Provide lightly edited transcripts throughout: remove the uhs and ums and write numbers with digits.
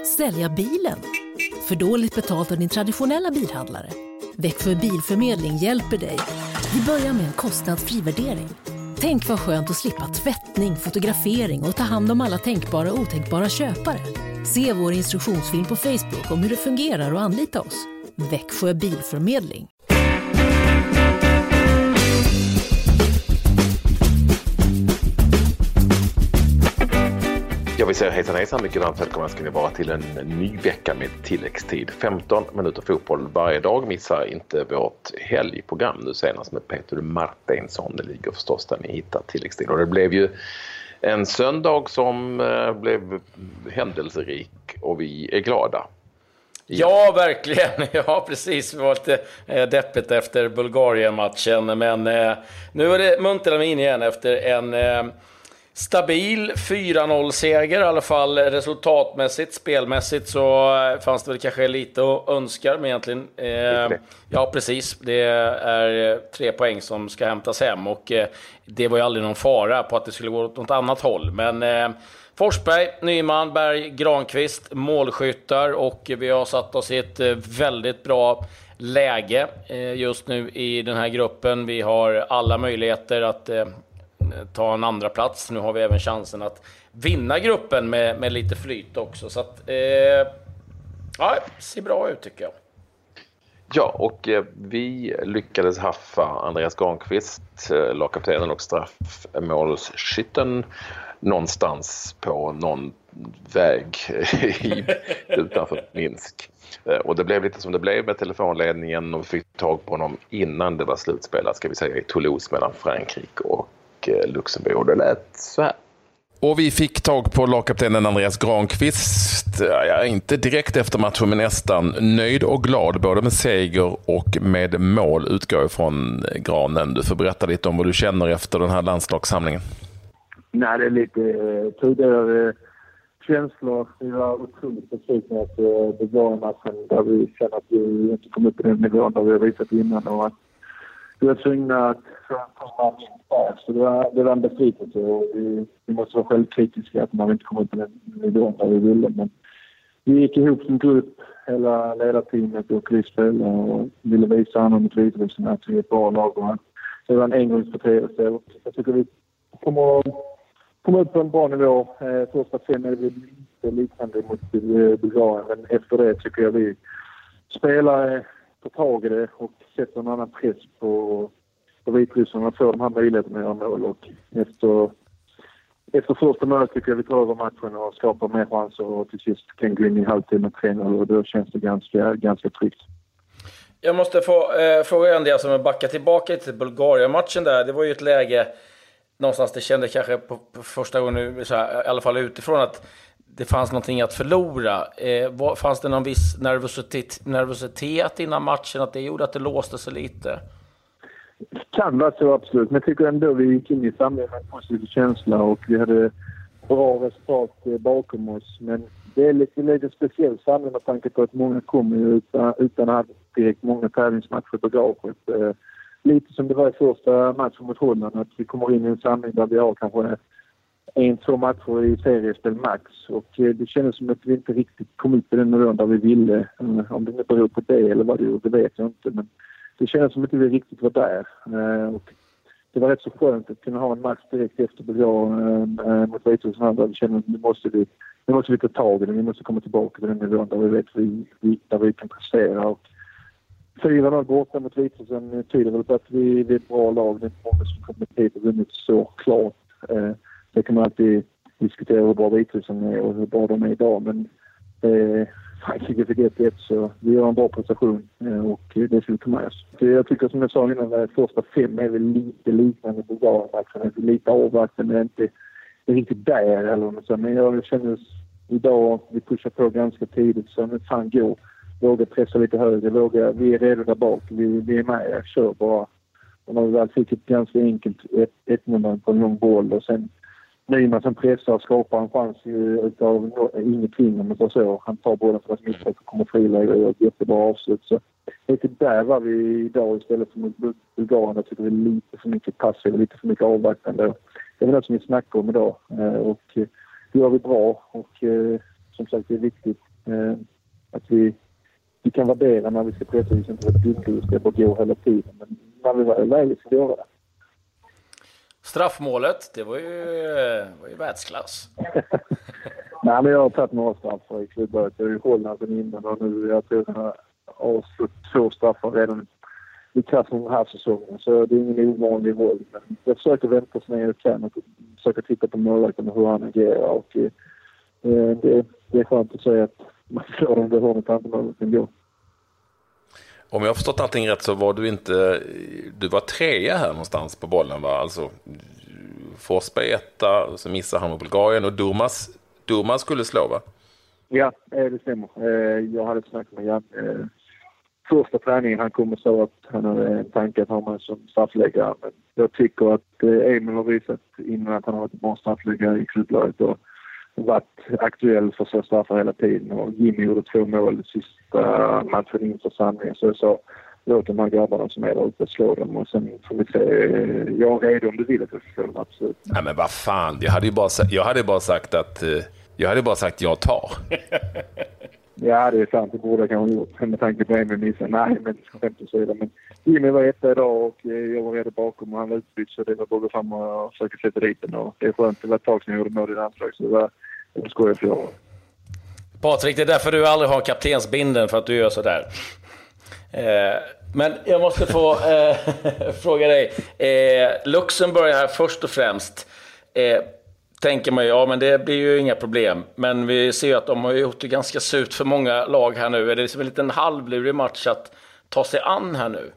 Sälja bilen? För dåligt betalt av din traditionella bilhandlare? Växjö Bilförmedling hjälper dig. Vi börjar med en kostnadsfri värdering. Tänk vad skönt att slippa tvättning, fotografering och ta hand om alla tänkbara och otänkbara köpare. Se vår instruktionsfilm på Facebook om hur det fungerar och anlita oss. Växjö Bilförmedling. Jag vill säga hejsan, mycket varmt välkomna ska ni vara till en ny vecka med tilläggstid. 15 minuter fotboll varje dag, missa inte vårt helgprogram nu senast med Peter Martinsson. Det ligger förstås där ni hittar tilläggstid. Och det blev ju en söndag som blev händelserik och vi är glada. Ja, verkligen. Ja, precis. Vi var lite deppigt efter Bulgarien-matchen. Men nu är det munter in igen efter en stabil 4-0-seger, i alla fall resultatmässigt. Spelmässigt så fanns det väl kanske lite att önska, men egentligen ja, precis. Det är 3 poäng som ska hämtas hem och det var ju aldrig någon fara på att det skulle gå åt något annat håll. Men Forsberg, Nyman, Berg, Granqvist, målskyttar och vi har satt oss i ett väldigt bra läge just nu i den här gruppen. Vi har alla möjligheter att ta en andra plats. Nu har vi även chansen att vinna gruppen med lite flyt också. Så att, ja, det ser bra ut tycker jag. Ja, och vi lyckades haffa Andreas Granqvist, lagkaptenen och straffmålsskytten någonstans på någon väg utanför Minsk. Och det blev lite som det blev med telefonledningen och vi fick tag på honom innan det var slutspelat, ska vi säga, i Toulouse mellan Frankrike och Luxemburg. Det lät så här. Och vi fick tag på lagkaptenen Andreas Granqvist, inte direkt efter matchen men nästan nöjd och glad både med seger och med mål, utgår ifrån Granen. Du får berätta lite om vad du känner efter den här landslagssamlingen. Nej, det är lite tidigare känslor. Vi var otroligt besvikna att det var en matchen där vi känner att vi inte kom upp i den nivån där vi har visat innan och att vi var tvungna att komma in där. Så det var en besvikelse och vi måste vara självkritiska att man inte kom upp i den nivån där vi ville. Men vi gick ihop som grupp, hela ledarteamet och vi spelade och ville visa honom mot Vitryssland att vi är ett bra lag. Och det var en engångsförteelse och jag tycker vi kommer upp på en bra nivå. Första 5 är det lite liknande mot Bulgarien, men efter det tycker jag vi spelar på tag i det och sätter en annan press på Vitryssland och får de här möjligheterna att göra mål. Och efter första målet tycker jag vi tar över matchen och skapar mer chanser och till sist kan gå in i halvtid med 3-0 och då känns det ganska tryggt. Jag måste få fråga en del som är backa tillbaka till Bulgarien-matchen där. Det var ju ett läge någonstans det kände kanske på första gången så här, i alla fall utifrån att det fanns någonting att förlora. Fanns det någon viss nervositet innan matchen att det gjorde att det låste sig lite? Kan vara så absolut, men jag tycker ändå vi gick in i samlingen med en positiv känsla och vi hade bra resultat bakom oss. Men det är lite speciellt samling med tanke på att många kommer utan att ha direkt många tävlingsmatcher på garaget. Lite som det var i första matchen mot Holland, att vi kommer in i en samling där vi har kanske 1-2 matcher i seriespel max. Och det kändes som att vi inte riktigt kom ut på den nivån där vi ville. Om det beror på det eller vad det vet jag inte. Men det kändes som att vi riktigt var där. Och det var rätt så skönt att kunna ha en match direkt efter Bulgarien mot Vitryssland där vi kände att nu måste vi ta tag i det. Vi måste komma tillbaka till den nivån där vi vet där vi kan prestera. Och 4-0 borta mot Vitryssland tyder väl på att vi är ett bra lag. Det är många som kommer hit och vunnit så klart. Det kan man alltid diskutera hur bra Vitryssland är och hur bra de är idag. Men Frankrike fick 1-1 så vi har en bra prestation och det ska vi ta med oss. Jag tycker som jag sa innan, att första 5 är väl lite liknande på Bulgarien-matchen. Lite avvaktande men inte riktigt där eller något så. Men jag känner idag vi pushar på ganska tidigt så nu fan gå. Våga pressa lite högre, vi är redo där bak, vi är med, jag kör bara. Och när vi väl fick ett ganska enkelt 1-0 på en lång boll och sen Nyman som pressar och skapar en chans utav ingenting om man tar så. Han tar bollen för att mittback och kommer friläge och ett jättebra avslut. Så lite där var vi idag istället för mot Bulgarien. Jag tycker vi är lite för mycket passiva, lite för mycket avvaktande. Det är något som vi snackar om idag och det gör vi bra och som sagt det är viktigt Att vi kan värdera när vi ska pressa, vi ska inte vara duktiga, vi ska bara gå hela tiden. Men när vi var läge ska vi göra det. Straffmålet, det var ju världsklass. Nej, men jag har tagit några straffar i klubben. Jag har ju Holland sen innan och nu jag tror jag har fått 2 straffar redan i klassen den här säsongen. Så det är ingen ovanlig roll. Men jag försöker vänta så när jag kan och försöker titta på målvakten och hur han agerar. Och det är skönt att säga att man slår om det har något annat målvakten går. Om jag har förstått allting rätt så var du var 3 här någonstans på bollen, va? Alltså Forsberg 1, så missade han med Bulgarien och Durmaz skulle slå, va? Ja, det stämmer. Jag hade snackat med Jan. Första träningen han kom och sa att han hade en tanke att ha mig som straffläggare. Men jag tycker att Emil har visat innan att han har varit en bra straffläggare i klubblaget och varit aktuell för så straffar hela tiden. Och Jimmy gjorde 2 mål sista matchen inför samlingen. Så jag sa, låt de här grabbarna som är där uppe slå dem. Och sen får vi se, jag är redo om du vill att jag ska slå dem, absolut. Nej, men vad fan, jag hade bara sagt jag tar. Ja, det är sant. Det borde jag kanske gjort med tanke på Emil missade. Nej, men skämt åsido. Men Jimmy var 1 idag och jag var redan bakom och han var utbytt, så det var bara fram och försöka sätta dit den. Och det är skönt. Det var ett tag sedan jag gjorde mål i landslag, så det var skoj för år. Patrik, det är därför du aldrig har kaptensbinden, för att du gör sådär. Men jag måste få fråga dig. Luxemburg här först och främst. Tänker man ju, ja men det blir ju inga problem. Men vi ser ju att de har gjort det ganska surt för många lag här nu. Är det som en liten halvlurig match att ta sig an här nu?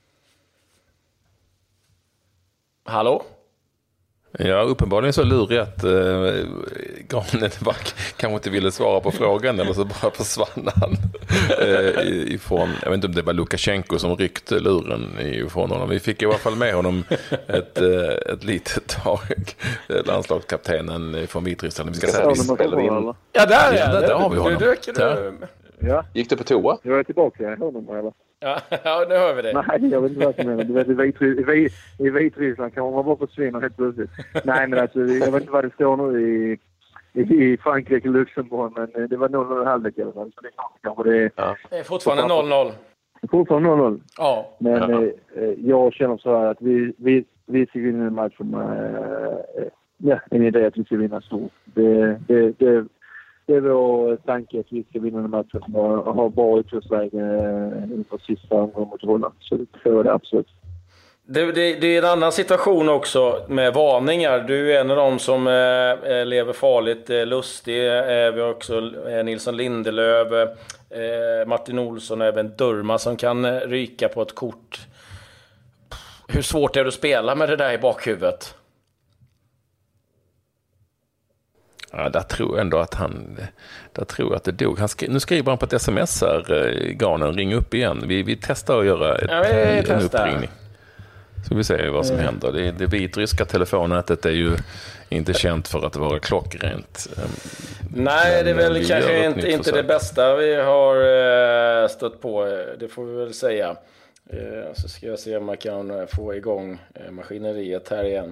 Hallå? Ja, uppenbarligen så lurig att Granen kanske inte ville svara på frågan, eller så bara försvann han ifrån, jag vet inte om det var Lukasjenko som ryckte luren ifrån honom. Vi fick i alla fall med honom ett litet tag, landslagskaptenen från Vitryssland. Vi ska säga spelar in. Ja, där har vi honom. Ja. Gick du på toa? Jag är tillbaka, jag hör dem, eller? Ja, nu hör vi det. Nej, jag vet inte vad som händer. Du vet, i Vitryssland kan man bara försvinna helt plötsligt. Nej, men alltså, jag vet inte vad det står nu i Frankrike och Luxemburg, men det var 0-0 halvlek i alla fall. Så det är kanske det. Ja. Det är fortfarande 0-0. Fortfarande 0-0. Ja. Men jag känner så här att vi ska vinna en match med en idé att vi ska vinna stort. Det är vår tanke att vi ska vinna den matchen och ha bra utgångsläge inför sista omgången mot Holland. Så det tror jag det absolut. Det är en annan situation också med varningar. Du är en av dem som lever farligt. Lustig. Vi har också Nilsson Lindelöf, Martin Olsson och även Durma som kan ryka på ett kort. Hur svårt är det att spela med det där i bakhuvudet? Ja, där tror jag ändå att det dog. Nu skriver han på ett sms här, Granen, ring upp igen. Vi testar att göra en uppringning. Så vi ser vad som händer. Det vitryska telefonnätet är ju inte känt för att vara klockrent. Nej, det är väl kanske inte det bästa vi har stött på. Det får vi väl säga. Så ska jag se om man kan få igång maskineriet här igen.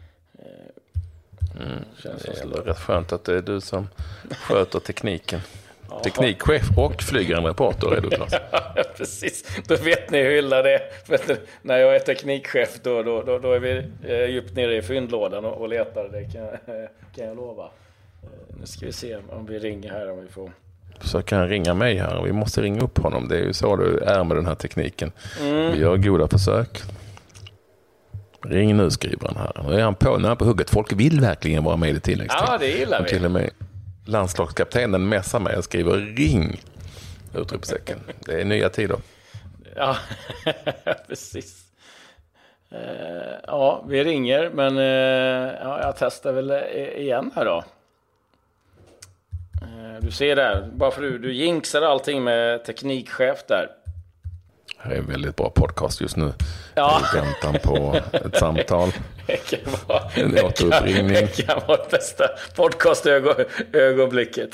Det är rätt skönt att det är du som sköter tekniken. Teknikchef och flygande reporter är du, Claes. Ja, precis. Då vet ni hur illa det är. När jag är teknikchef då är vi djupt nere i fyndlådan och letar. Det kan jag lova. Nu ska vi se om vi ringer här. Om vi får. Så kan han ringa mig här. Vi måste ringa upp honom. Det är ju så det är med den här tekniken. Vi gör goda försök. Ring nu, skriver han här. Nu är han på hugget. Folk vill verkligen vara med i tilläggstid. Ja, det gillar vi. Till och med landslagskaptenen mässar mig och skriver ring. Utropstecken. Det är nya tider. Ja, precis. Ja, vi ringer. Men jag testar väl igen här då. Du ser där. Bara för du jinxar allting med teknikchef där. Det är en väldigt bra podcast just nu. Ja. I väntan på ett samtal. En återuppringning. Det kan vara det bästa podcastögonblicket.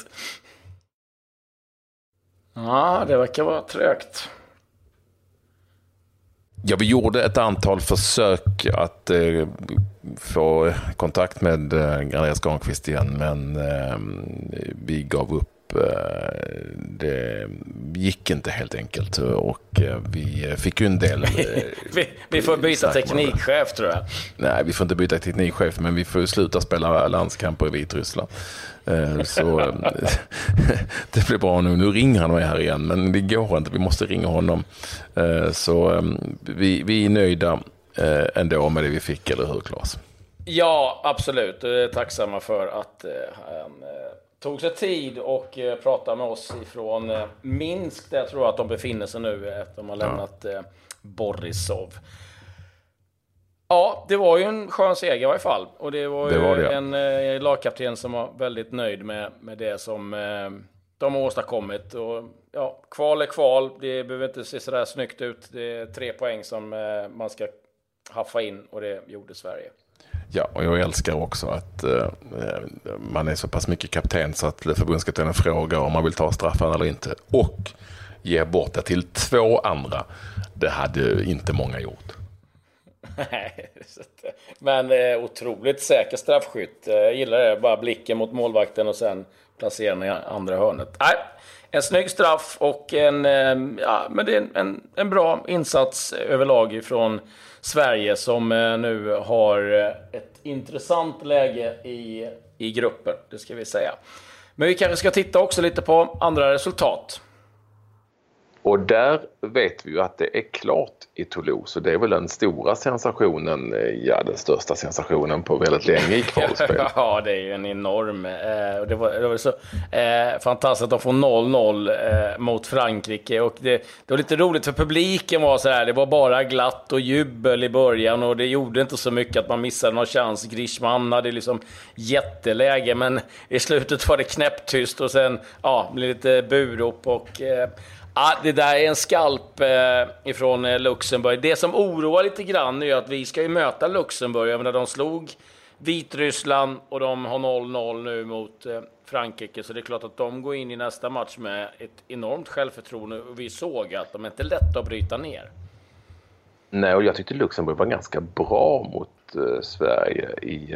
Ja, det verkar vara trögt. Ja, vi gjorde ett antal försök att få kontakt med Andreas Granqvist igen, men vi gav upp gick inte helt enkelt. Och vi fick ju en del... vi får byta teknikchef, tror jag. Nej, vi får inte byta teknikchef, men vi får sluta spela landskamper i Vitryssland. Så det blir bra nu. Nu ringer han mig här igen, men det går inte. Vi måste ringa honom. Så vi är nöjda ändå med det vi fick, eller hur, Claes? Ja, absolut. Jag är tacksamma för att han tog sig tid och pratade med oss ifrån Minsk, där jag tror att de befinner sig nu efter att de har lämnat Borisov. Ja, det var ju en skön seger i varje fall. Och det var ju en lagkapten som var väldigt nöjd med det som de har åstadkommit. Och ja, kval är kval. Det behöver inte se sådär snyggt ut. Det är 3 poäng som man ska haffa in, och det gjorde Sverige. Ja, och jag älskar också att man är så pass mycket kapten så att förbundskaptenen frågar om man vill ta straffen eller inte. Och ge bort det till 2 andra. Det hade inte många gjort. Nej, men otroligt säker straffskytt. Jag gillar det. Bara blicken mot målvakten och sen placera den i andra hörnet. Nej, en snygg straff och men det är en bra insats överlag från Sverige, som nu har ett intressant läge i gruppen, det ska vi säga. Men vi kanske ska titta också lite på andra resultat. Och där vet vi ju att det är klart i Toulouse. Så det är väl den stora sensationen, den största sensationen på väldigt länge i kvalspel. Ja, det är ju en enorm... det var så fantastiskt att de får 0-0 mot Frankrike. Och det var lite roligt, för publiken var så här. Det var bara glatt och jubel i början, och det gjorde inte så mycket att man missade någon chans. Griezmann hade liksom jätteläge, men i slutet var det knäpptyst, och sen blev lite burop och... det där är en skalp ifrån Luxemburg. Det som oroar lite grann är att vi ska ju möta Luxemburg. Jag menar, de slog Vitryssland och de har 0-0 nu mot Frankrike. Så det är klart att de går in i nästa match med ett enormt självförtroende. Och vi såg att de är inte lätt att bryta ner. Nej, och jag tyckte Luxemburg var ganska bra mot Sverige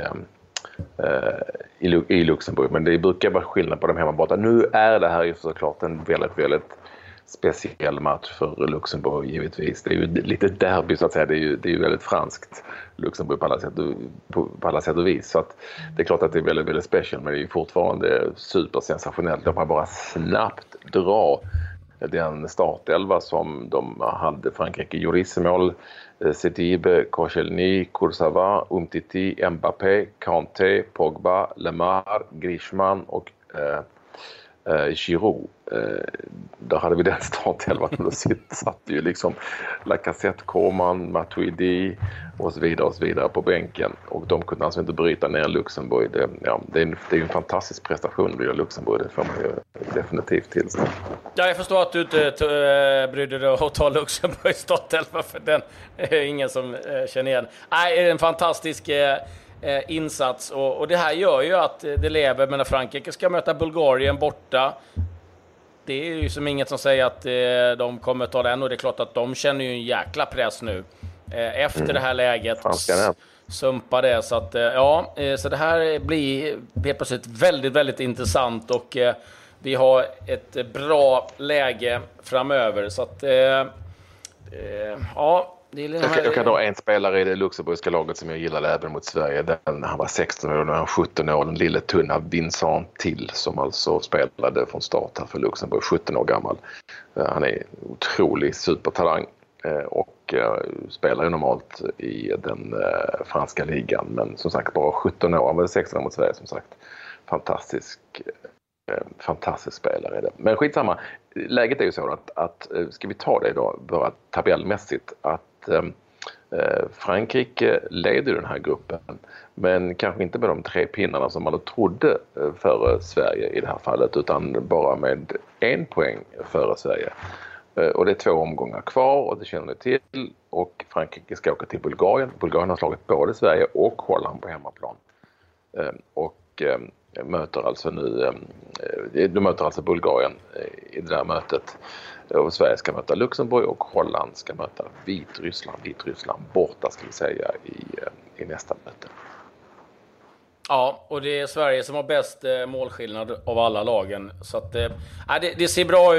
i Luxemburg. Men det brukar vara skillnad på de hemma borta. Nu är det här ju såklart en väldigt, väldigt speciell match för Luxemburg, givetvis. Det är ju lite derby, så att säga. Det är ju väldigt franskt, Luxemburg på alla sätt och vis. Så att det är klart att det är väldigt, väldigt special, men det är ju fortfarande supersensationellt. De har bara snabbt dra den startelva som de hade. Frankrike gjorde i mål. Sidibe, Koscielny, Kurzawa, Umtiti, Mbappé, Kanté, Pogba, Lemar, Griezmann och Giroud. Där hade vi den startelvan, och då satt ju liksom Lacazette, Coman, Matuidi och så vidare på bänken, och de kunde alltså inte bryta ner Luxemburg. Det är ju en fantastisk prestation via Luxemburg, det får man ju definitivt tillstå. Ja, jag förstår att du inte brydde dig att ta Luxemburgs startelva, för den är ingen som känner igen. Nej, det är en fantastisk insats, och det här gör ju att det lever. Men när Frankrike ska möta Bulgarien borta, det är ju som inget som säger att de kommer ta den, och det är klart att de känner ju en jäkla press nu efter det här läget. Sumpa det, så att så det här blir helt plötsligt väldigt, väldigt intressant, och vi har ett bra läge framöver, så att Jag kan ha en spelare i det luxemburgska laget som jag gillade även mot Sverige. Han var 16 år och han var 17 år. Den lille tunna Vincent Till, som alltså spelade från start här för Luxemburg, 17 år gammal. Han är otrolig supertalang och spelar ju normalt i den franska ligan. Men som sagt bara 17 år. Han var 16 år mot Sverige, som sagt. Fantastisk spelare är det. Men skitsamma. Läget är ju så att ska vi ta det då bara tabellmässigt, att Frankrike leder den här gruppen, men kanske inte med de 3 pinnarna som man trodde före Sverige i det här fallet, utan bara med 1 poäng före Sverige. Och det är 2 omgångar kvar, och det känner ni till, och Frankrike ska åka till Bulgarien. Bulgarien har slagit både Sverige och Holland på hemmaplan. Och möter alltså Bulgarien i det där mötet, och Sverige ska möta Luxemburg och Holland ska möta Vitryssland borta, ska vi säga, i nästa möte. Ja, och det är Sverige som har bäst målskillnad av alla lagen, så att det ser bra ut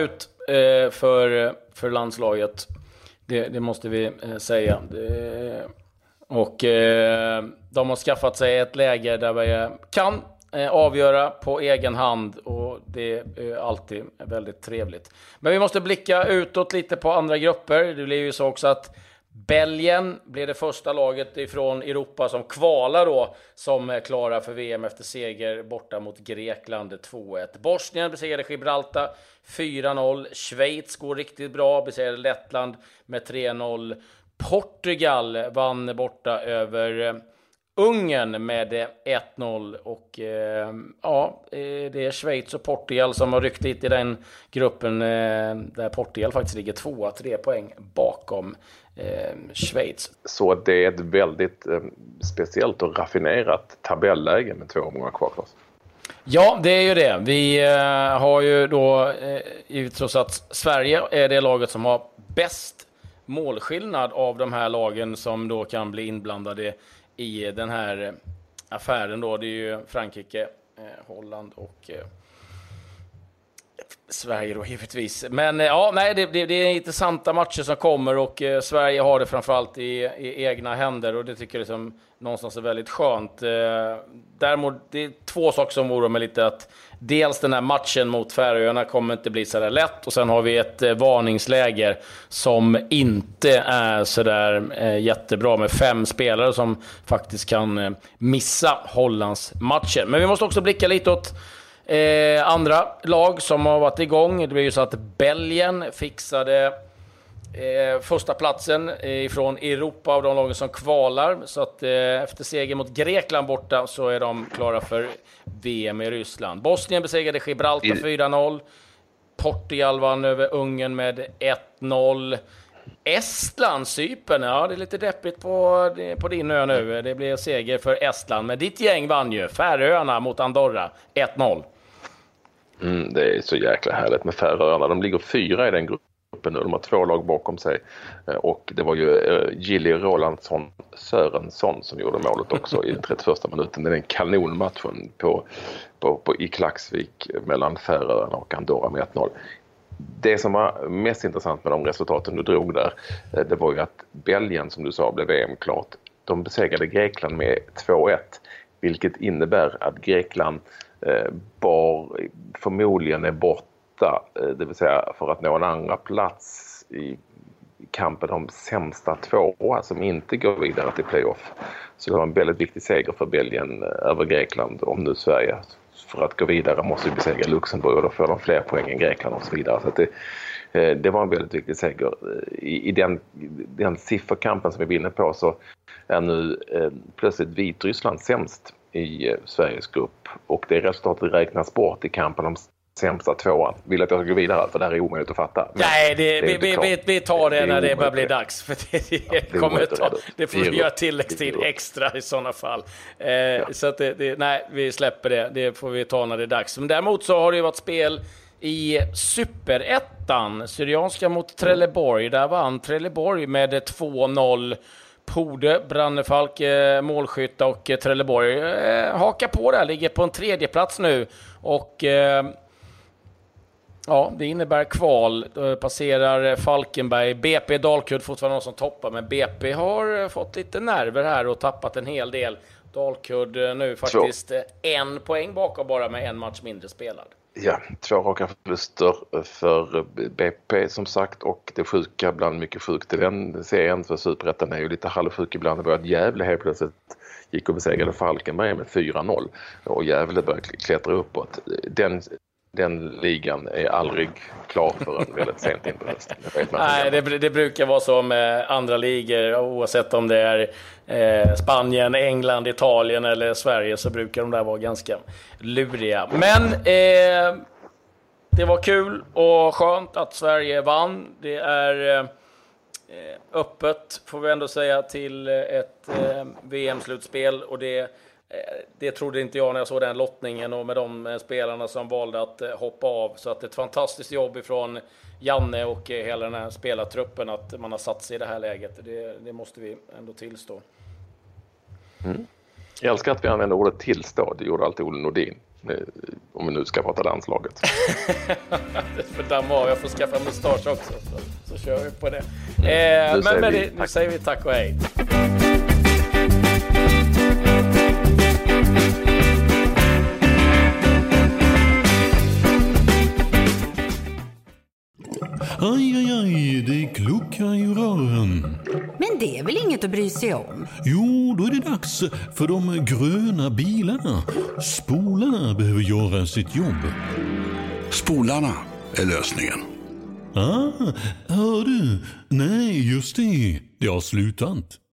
för landslaget. Det måste vi säga. Och de har skaffat sig ett läge där vi kan avgöra på egen hand, och det är alltid väldigt trevligt. Men vi måste blicka utåt lite på andra grupper. Det blir ju så också att Belgien blir det första laget ifrån Europa som kvalar då, som är klara för VM efter seger borta mot Grekland 2-1. Bosnien besegrade Gibraltar 4-0. Schweiz går riktigt bra, besegrade Lettland med 3-0. Portugal vann borta över Ungern med 1-0, och det är Schweiz och Portugal som har ryckt hit i den gruppen, där Portugal faktiskt ligger 2-3 poäng bakom Schweiz. Så det är ett väldigt speciellt och raffinerat tabelläge med 2 omgångar kvar. Ja, det är ju det. Vi har ju då trots att Sverige är det laget som har bäst målskillnad av de här lagen som då kan bli inblandade i den här affären då. Det är ju Frankrike, Holland och Sverige då givetvis. Men det är intressanta matcher som kommer, och Sverige har det framförallt i egna händer, och det tycker jag liksom någonstans är väldigt skönt. Däremot det är 2 saker som oroar mig lite. Att dels den här matchen mot Färöarna kommer inte bli så där lätt, och sen har vi ett varningsläger som inte är så där jättebra, med 5 spelare som faktiskt kan missa Hollands matcher. Men vi måste också blicka lite åt andra lag som har varit igång. Det blir ju så att Belgien fixade första platsen ifrån Europa av de lagen som kvalar, så att efter seger mot Grekland borta så är de klara för VM i Ryssland. Bosnien besegrade Gibraltar 4-0. Portugal vann över Ungern med 1-0. Estland, Cypern, ja det är lite deppigt på din ö nu. Det blir seger för Estland, men ditt gäng vann ju. Färöarna mot Andorra 1-0. Det är så jäkla härligt med Färöarna. De ligger 4 i den gruppen nu. De har 2 lag bakom sig. Och det var ju Gilly Rolandsson Sörensson som gjorde målet också i 31 minuten. Det är en kanonmatchen i Klaxvik mellan Färöarna och Andorra med 1-0. Det som var mest intressant med de resultaten du drog där, det var ju att Belgien, som du sa, blev VM-klart. De besegrade Grekland med 2-1, vilket innebär att Grekland förmodligen är borta, det vill säga för att nå en andra plats i kampen om sämsta 2 som inte går vidare till playoff. Så det var en väldigt viktig seger för Belgien över Grekland. Om nu Sverige för att gå vidare måste vi besegra Luxemburg, och då får de fler poäng än Grekland och så vidare. Så att det var en väldigt viktig seger. I den sifferkampen som vi vinner på så är nu plötsligt Vitryssland sämst i Sveriges grupp, och det resultatet räknas bort i kampen om sämsta 2. Vill att jag ska gå vidare, för det här är omöjligt att fatta. Men nej, vi tar det när det börjar bli dags. För det får vi göra tilläggstid extra i sådana fall. Så att nej, vi släpper det. Det får vi ta när det är dags. Men däremot så har det ju varit spel i Superettan. Syrianska mot Trelleborg. Där vann Trelleborg med 2-0. Pode, Brannefalk, målskytta, och Trelleborg hakar på där. Ligger på en 3:e plats nu. Och det innebär kval. Passerar Falkenberg. BP, Dalkurd fortfarande någon som toppar, men BP har fått lite nerver här och tappat en hel del. Dalkurd nu faktiskt 1 poäng bakom, bara med 1 match mindre spelad. Ja, 2 raka förluster för BP som sagt, och det sjuka, bland mycket sjukt i den serien, för Superettan är ju lite halvsjuk ibland. Det var att Gävle helt plötsligt gick och besegrade Falkenberg med 4-0, och Gävle började klättra uppåt. Den ligan är aldrig klar för en väldigt sent in på hösten. Nej, det brukar vara så med andra ligor, oavsett om det är Spanien, England, Italien eller Sverige, så brukar de där vara ganska luriga. Men det var kul och skönt att Sverige vann. Det är öppet, får vi ändå säga, till ett VM-slutspel, och det trodde inte jag när jag såg den lottningen, och med de spelarna som valde att hoppa av. Så att ett fantastiskt jobb ifrån Janne och hela den här spelartruppen, att man har satt sig i det här läget. Det måste vi ändå tillstå. Jag älskar att vi använder ordet tillstå. Det gjorde alltid Olle Nordin. Om vi nu ska prata landslaget. För damma, jag får skaffa mustasch också. Så kör vi på det. Nu säger vi tack och hej. Aj, det kluckar i rören. Men det är väl inget att bry sig om? Jo, då är det dags för de gröna bilarna. Spolarna behöver göra sitt jobb. Spolarna är lösningen. Hör du? Nej, just det. Det har slutat.